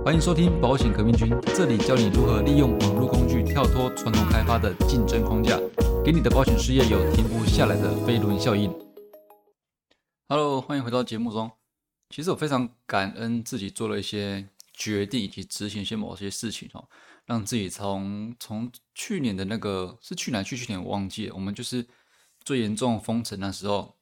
欢迎收听保险革命军，这里教你如何利用网络工具跳脱传统开发的竞争框架，给你的保险事业有停不下来的飞轮效应。Hello， 欢迎回到节目中。其实我非常感恩自己做了一些决定以及执行一些某些事情让自己从去年的那个是去年我忘记了，我们就是最严重封城那时候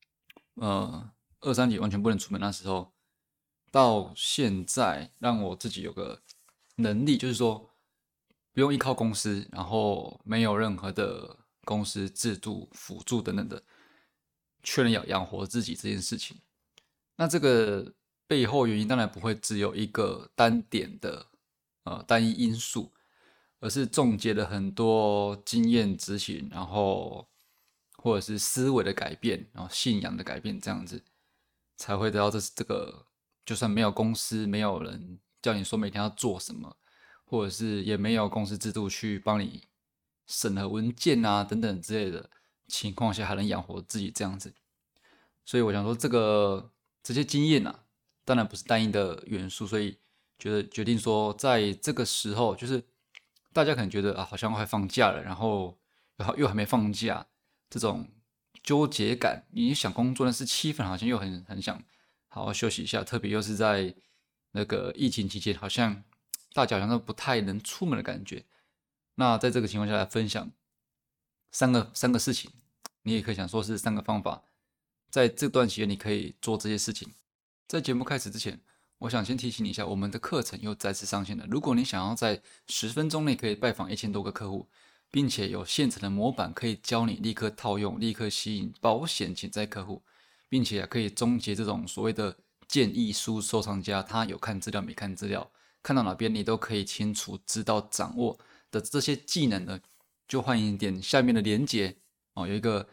，2、3节完全不能出门那时候，到现在让我自己有个能力，就是说不用依靠公司，然后没有任何的公司制度辅助等等的，确认要养活自己这件事情。那这个背后原因当然不会只有一个单点的单一因素，而是总结了很多经验执行，然后或者是思维的改变，然后信仰的改变，这样子才会得到这个。就算没有公司，没有人叫你说每天要做什么，或者是也没有公司制度去帮你审核文件啊等等之类的情况下，还能养活自己这样子。所以我想说，这些经验啊，当然不是单一的元素，所以决定说，在这个时候，就是大家可能觉得啊，好像快放假了，然后又还没放假，这种纠结感，你想工作，但是气氛好像又很想好好休息一下，特别又是在那个疫情期间，好像大家好像都不太能出门的感觉。那在这个情况下来分享三个事情，你也可以想说是3个方法，在这段期间你可以做这些事情。在节目开始之前，我想先提醒你一下，我们的课程又再次上线了。如果你想要在10分钟内可以拜访1000多个客户，并且有现成的模板可以教你立刻套用，立刻吸引保险潜在客户，并且可以终结这种所谓的建议书收藏家，他有看资料没看资料，看到哪边你都可以清楚知道掌握的这些技能呢，就欢迎点下面的连结有一个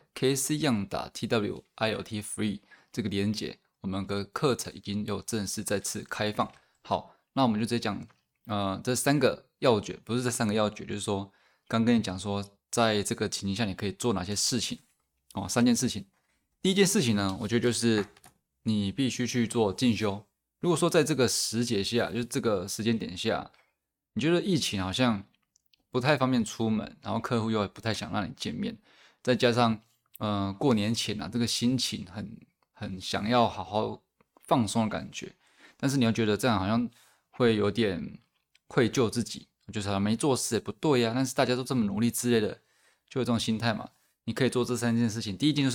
kcyoung.twiltfree 这个连结，我们的课程已经有正式再次开放。好，那我们就直接讲这3个要诀，不是这3个要诀，就是说刚跟你讲说，在这个情形下你可以做哪些事情3件事情。第一件事情呢，我觉得就是你必须去做进修。如果说在这个时节下，就是这个时间点下，你觉得疫情好像不太方便出门，然后客户又不太想让你见面，再加上过年前这个心情很想要好好放松的感觉，但是你又觉得这样好像会有点愧疚自己，就是好像没做事也不对呀，但是大家都这么努力之类的，就有这种心态嘛。你可以做这3件事情。第一件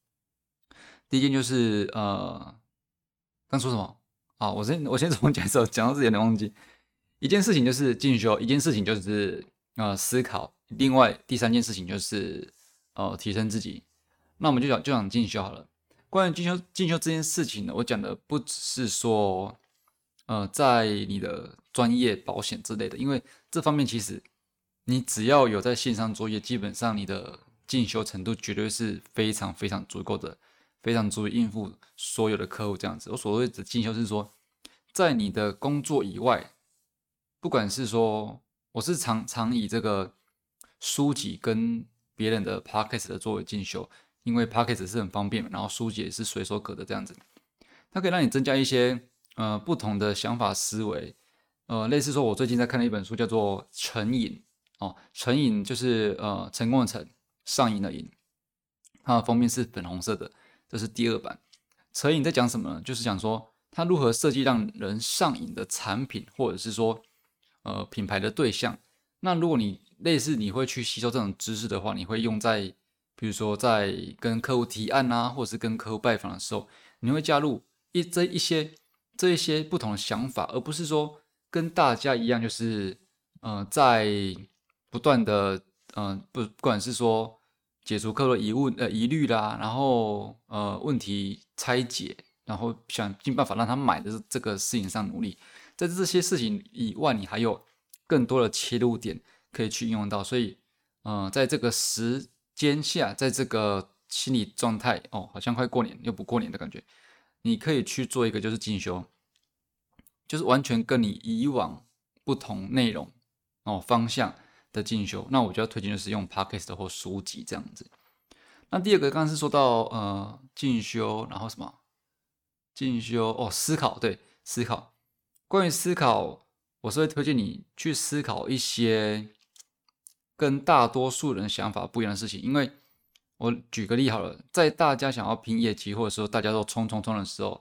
就是刚说什么啊？我先重讲的时候讲到自己有点忘记。一件事情就是进修，一件事情就是思考，另外第3件事情就是提升自己。那我们就讲进修好了。关于进修这件事情呢，我讲的不只是说在你的专业保险之类的，因为这方面其实你只要有在线上作业，基本上你的进修程度绝对是非常非常足够的，非常足以应付所有的客户这样子。我所谓的进修是说，在你的工作以外，不管是说我是常以这个书籍跟别人的 podcast 的作为进修，因为 podcast 是很方便，然后书籍也是随手可得这样子，它可以让你增加一些不同的想法思维。类似说我最近在看的一本书叫做成瘾成瘾就是成功的成，上瘾的瘾，它的封面是粉红色的，这是第2版。成瘾在讲什么呢？就是讲说它如何设计让人上瘾的产品，或者是说品牌的对象。那如果你类似你会去吸收这种知识的话，你会用在比如说在跟客户提案或者是跟客户拜访的时候，你会加入这一些不同的想法，而不是说跟大家一样，就是在不断的不管是说解除客户的疑虑啦，然后问题拆解，然后想尽办法让他买的这个事情上努力。在这些事情以外，你还有更多的切入点可以去应用到。所以在这个时间下，在这个心理状态好像快过年又不过年的感觉，你可以去做一个就是进修，就是完全跟你以往不同内容方向的进修。那我就要推荐就是用 podcast 或书籍这样子。那第2个刚刚是说到进修，然后什么进修思考，对，思考。关于思考我是会推荐你去思考一些跟大多数人想法不一样的事情。因为我举个例好了，在大家想要拼业绩，或者说大家都冲的时候，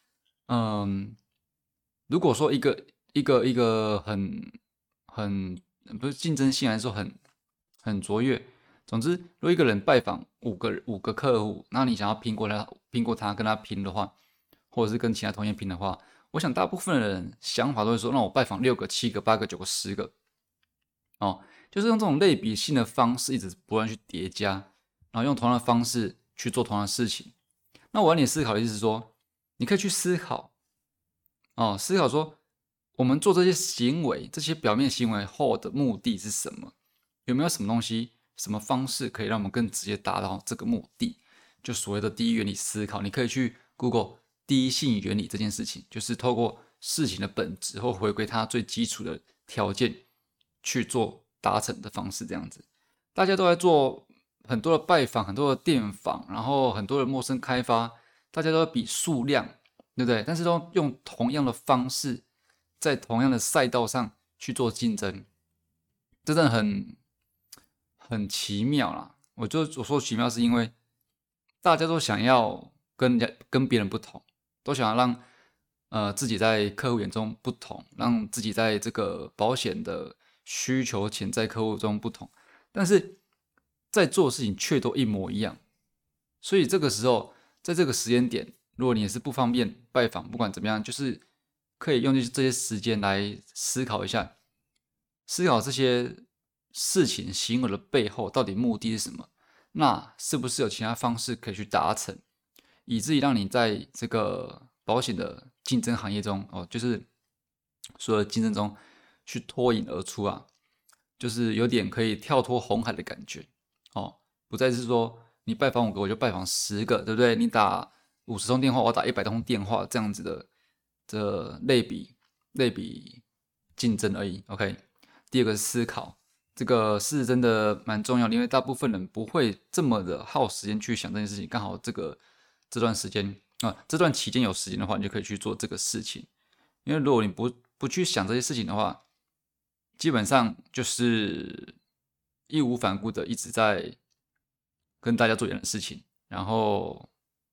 如果说一个很不是竞争性来说很卓越，总之，如果一个人拜访五个客户，那你想要拼过他跟他拼的话，或者是跟其他同业拼的话，我想大部分的人想法都会说，让我拜访6个、7个、8个、9个、10个，哦，就是用这种类比性的方式，一直不断去叠加，然后用同样的方式去做同样的事情。那我要你思考的意思是说，你可以去思考，思考说，我们做这些行为，这些表面行为后的目的是什么？有没有什么东西、什么方式可以让我们更直接达到这个目的？就所谓的第一原理思考，你可以去 Google 第一性原理这件事情，就是透过事情的本质或回归它最基础的条件去做达成的方式，这样子。大家都在做很多的拜访，很多的电访，然后很多的陌生开发，大家都在比数量，对不对？但是都用同样的方式，在同样的赛道上去做竞争，这真的很奇妙啦。我说奇妙，是因为大家都想要跟别人不同，都想要让自己在客户眼中不同，让自己在这个保险的需求潜在客户中不同，但是在做的事情却都一模一样。所以这个时候，在这个时间点，如果你也是不方便拜访，不管怎么样，就是可以用这些时间来思考一下，思考这些事情行为的背后到底目的是什么？那是不是有其他方式可以去达成，以至于让你在这个保险的竞争行业中，就是所有的竞争中去脱颖而出啊？就是有点可以跳脱红海的感觉不再是说你拜访5个我就拜访10个，对不对？你打50通电话，我打100通电话，这样子的类比竞争而已。OK， 第二个是思考，这个是真的蛮重要的，因为大部分人不会这么的耗时间去想这件事情。刚好这段时间这段期间有时间的话，你就可以去做这个事情。因为如果你不去想这些事情的话，基本上就是义无反顾的一直在跟大家做一样的事情，然后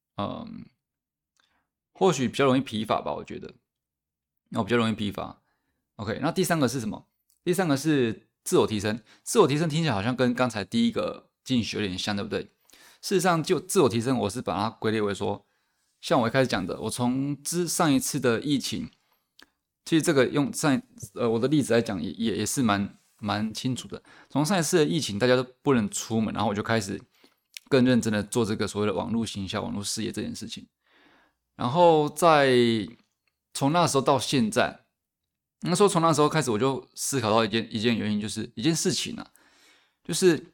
或许比较容易疲乏吧，我觉得比较容易疲乏。OK， 那第三个是什么？第三个是自我提升。自我提升听起来好像跟刚才第一个进学有点像，对不对？事实上，就自我提升，我是把它归类为说，像我一开始讲的，我从上一次的疫情，其实这个用我的例子来讲也是蛮清楚的。从上一次的疫情，大家都不能出门，然后我就开始更认真的做这个所谓的网络行销、网络事业这件事情。然后从那时候到现在，从那时候开始，我就思考到一件原因，就是一件事情啊，就是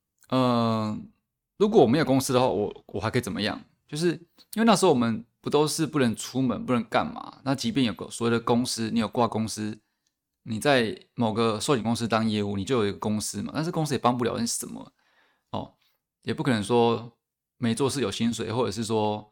如果我没有公司的话，我还可以怎么样？就是因为那时候我们不都是不能出门，不能干嘛？那即便有个所谓的公司，你有挂公司，你在某个寿险公司当业务，你就有一个公司嘛。但是公司也帮不了你什么也不可能说没做事有薪水，或者是说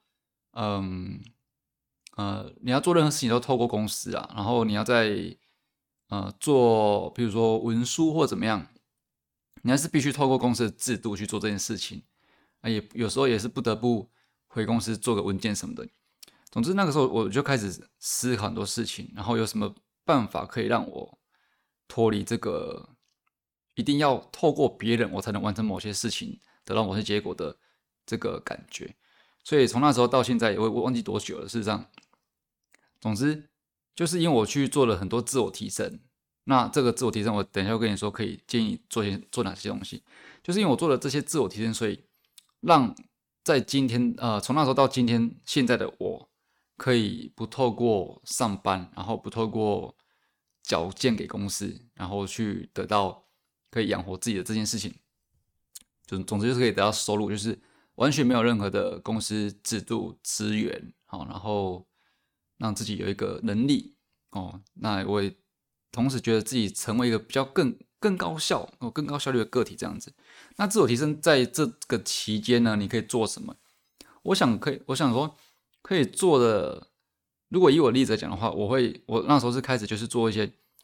你要做任何事情都透过公司啊，然后你要在做，比如说文书或怎么样，你还是必须透过公司的制度去做这件事情也有时候也是不得不回公司做个文件什么的。总之那个时候我就开始思考很多事情，然后有什么办法可以让我脱离这个一定要透过别人我才能完成某些事情得到某些结果的这个感觉。所以从那时候到现在，我忘记多久了。事实上，总之就是因为我去做了很多自我提升。那这个自我提升，我等一下会跟你说，可以建议做哪些东西。就是因为我做了这些自我提升，所以让在今天从那时候到今天现在的我，可以不透过上班，然后不透过缴件给公司，然后去得到可以养活自己的这件事情。总之就是可以得到收入，就是完全没有任何的公司制度资源，然后让自己有一个能力那我也同时觉得自己成为一个比较更高效更高效率的个体这样子。那自我提升在这个期间呢，你可以做什么？我想说可以做的，如果以我的例子来讲的话，我那时候是开始就是做一些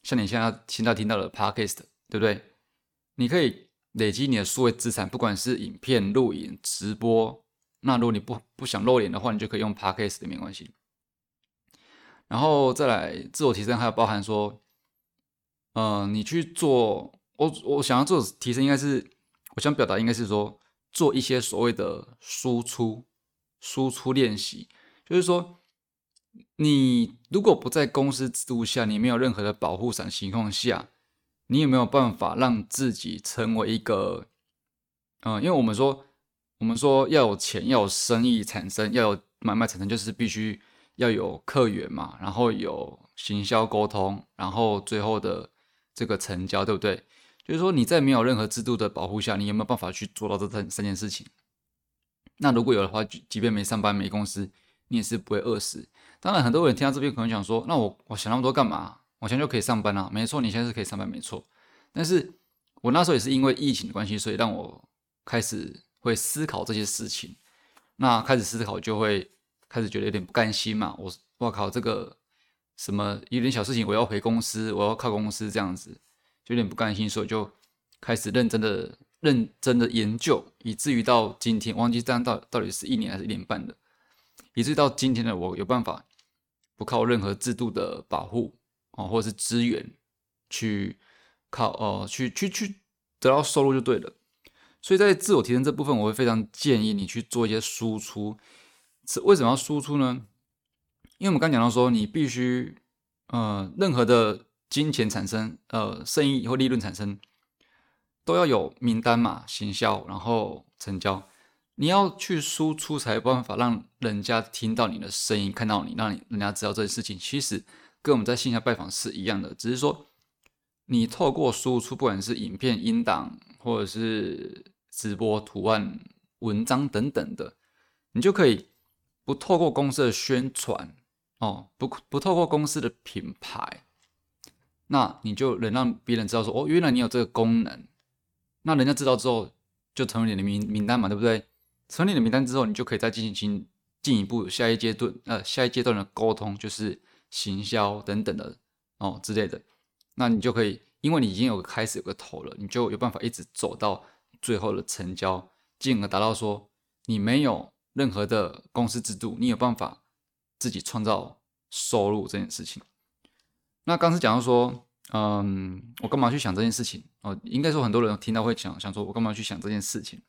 像你现在听到的 Podcast， 对不对？你可以累积你的数位资产，不管是影片、录影、直播。那如果你不想露脸的话，你就可以用 Podcast 的，没关系。然后再来自我提升，还有包含说，你去做，我想要做的提升应该是，我想表达应该是说，做一些所谓的输出练习，就是说，你如果不在公司制度下，你没有任何的保护伞情况下，你有没有办法让自己成为一个，因为我们说要有钱，要有生意产生，要有买卖产生，就是必须要有客源嘛，然后有行销沟通，然后最后的这个成交，对不对？就是说你在没有任何制度的保护下，你有没有办法去做到这三件事情？那如果有的话，即便没上班没公司，你也是不会饿死。当然，很多人听到这边可能想说，那我想那么多干嘛？我现在就可以上班啊。没错，你现在是可以上班，没错。但是我那时候也是因为疫情的关系，所以让我开始会思考这些事情。那开始思考就会开始觉得有点不甘心嘛。我靠，这个什么有点小事情，我要回公司，我要靠公司这样子，就有点不甘心，所以就开始认真的研究，以至于到今天，忘记这样到底是1年还是1年半的，以至于到今天的我有办法不靠任何制度的保护或者是资源去去得到收入就对了。所以在自我提升这部分，我会非常建议你去做一些输出。为什么要输出呢？因为我们刚讲到说，你必须任何的金钱产生生意或利润产生，都要有名单嘛，行销，然后成交。你要去输出，才有办法让人家听到你的声音，看到你，让人家知道这件事情。其实跟我们在线下拜访是一样的，只是说你透过输出，不管是影片、音档，或者是直播、图案、文章等等的，你就可以不透过公司的宣传不透过公司的品牌，那你就能让别人知道说，原来你有这个功能。那人家知道之后，就成为你的名单嘛，对不对？成为你的名单之后，你就可以再进一步下一阶段的沟通，就是行销等等的之类的。那你就可以，因为你已经有个开始有个头了，你就有办法一直走到最后的成交，进而达到说你没有任何的公司制度，你有办法自己创造收入这件事情。那刚才讲到说，我干嘛去想这件事情？应该说很多人听到会想说，我干嘛去想这件事情？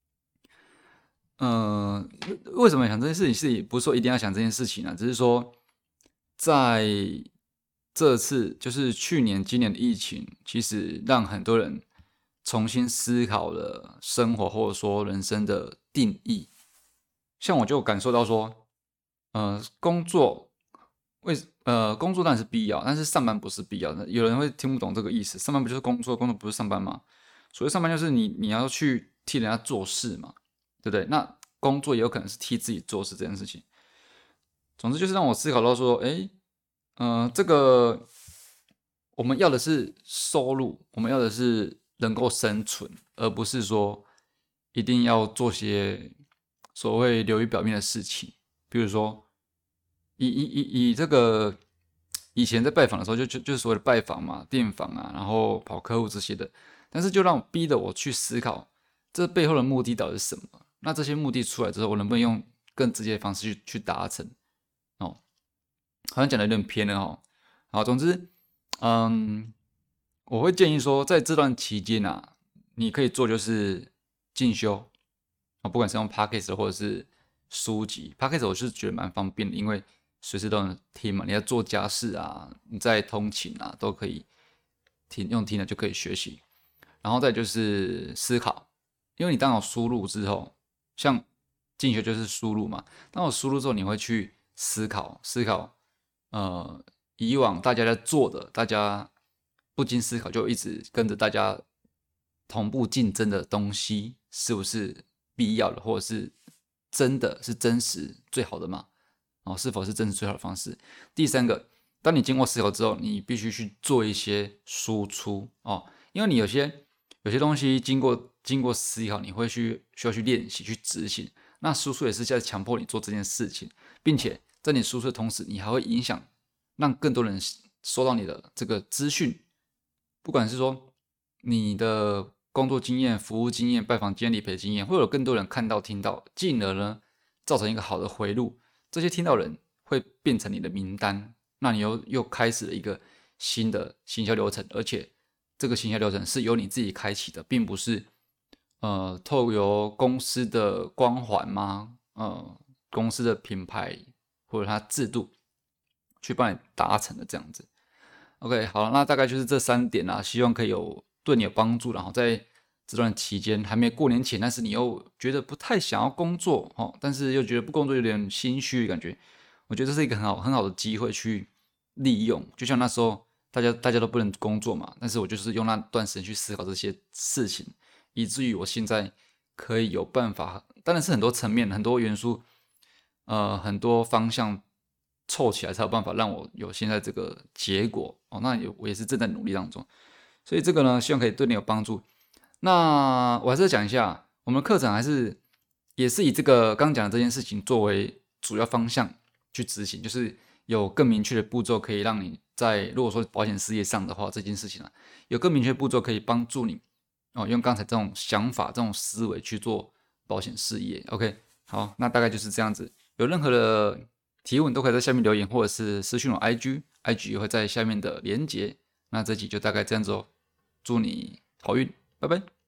为什么想这件事情？是不是说一定要想这件事情啊？只是说，在这次就是去年、今年的疫情，其实让很多人重新思考了生活或者说人生的定义。像我就感受到说，工作工作当然是必要，但是上班不是必要的。有人会听不懂这个意思，上班不就是工作，工作不是上班吗？所谓上班就是你要去替人家做事嘛，对不对？那工作也有可能是替自己做事这件事情。总之就是让我思考到说，这个我们要的是收入，我们要的是能够生存，而不是说一定要做些所谓流于表面的事情。比如说，以这个以前在拜访的时候，就是所谓的拜访嘛，电访啊，然后跑客户这些的，但是就逼得我去思考，这背后的目的到底是什么？那这些目的出来之后，我能不能用更直接的方式去达成？好像讲的有点偏了哦。好，总之，我会建议说，在这段期间啊，你可以做就是进修不管是用 Podcast 或者是书籍 ，Podcast 我是觉得蛮方便的，因为随时都能听嘛。你在做家事啊，你在通勤啊，都可以用听的就可以学习。然后再就是思考，因为你当有输入之后，像进修就是输入嘛，当有输入之后，你会去思考，以往大家在做的，大家不经思考就一直跟着大家同步竞争的东西，是不是必要的，或者是真的是真实最好的吗？是否是真实最好的方式？第三个，当你经过思考之后，你必须去做一些输出因为你有些东西经过思考，你会需要去练习去执行。那输出也是在强迫你做这件事情，并且在你输出的同时，你还会影响让更多人收到你的这个资讯，不管是说你的工作经验、服务经验、拜访经验、理赔经验，会有更多人看到、听到，进而呢造成一个好的回路。这些听到人会变成你的名单，那你又开始了一个新的行销流程，而且这个行销流程是由你自己开启的，并不是透由公司的光环吗？公司的品牌或者它制度去帮你达成的这样子。OK， 好，那大概就是这3点啦，希望可以对你有帮助。然后在这段期间还没过年前，但是你又觉得不太想要工作但是又觉得不工作有点心虚的感觉，我觉得这是一个很好的机会去利用。就像那时候大家都不能工作嘛，但是我就是用那段时间去思考这些事情，以至于我现在可以有办法，当然是很多层面、很多元素、很多方向凑起来才有办法让我有现在这个结果那我也是正在努力当中，所以这个呢，希望可以对你有帮助。那我还是讲一下，我们的课程也是以这个刚讲的这件事情作为主要方向去执行，就是有更明确的步骤可以让你在如果说保险事业上的话，这件事情有更明确的步骤可以帮助你用刚才这种想法、这种思维去做保险事业。OK， 好，那大概就是这样子。有任何的提问都可以在下面留言，或者是私讯我 IG 也会在下面的连结。那这集就大概这样子祝你好运，拜拜。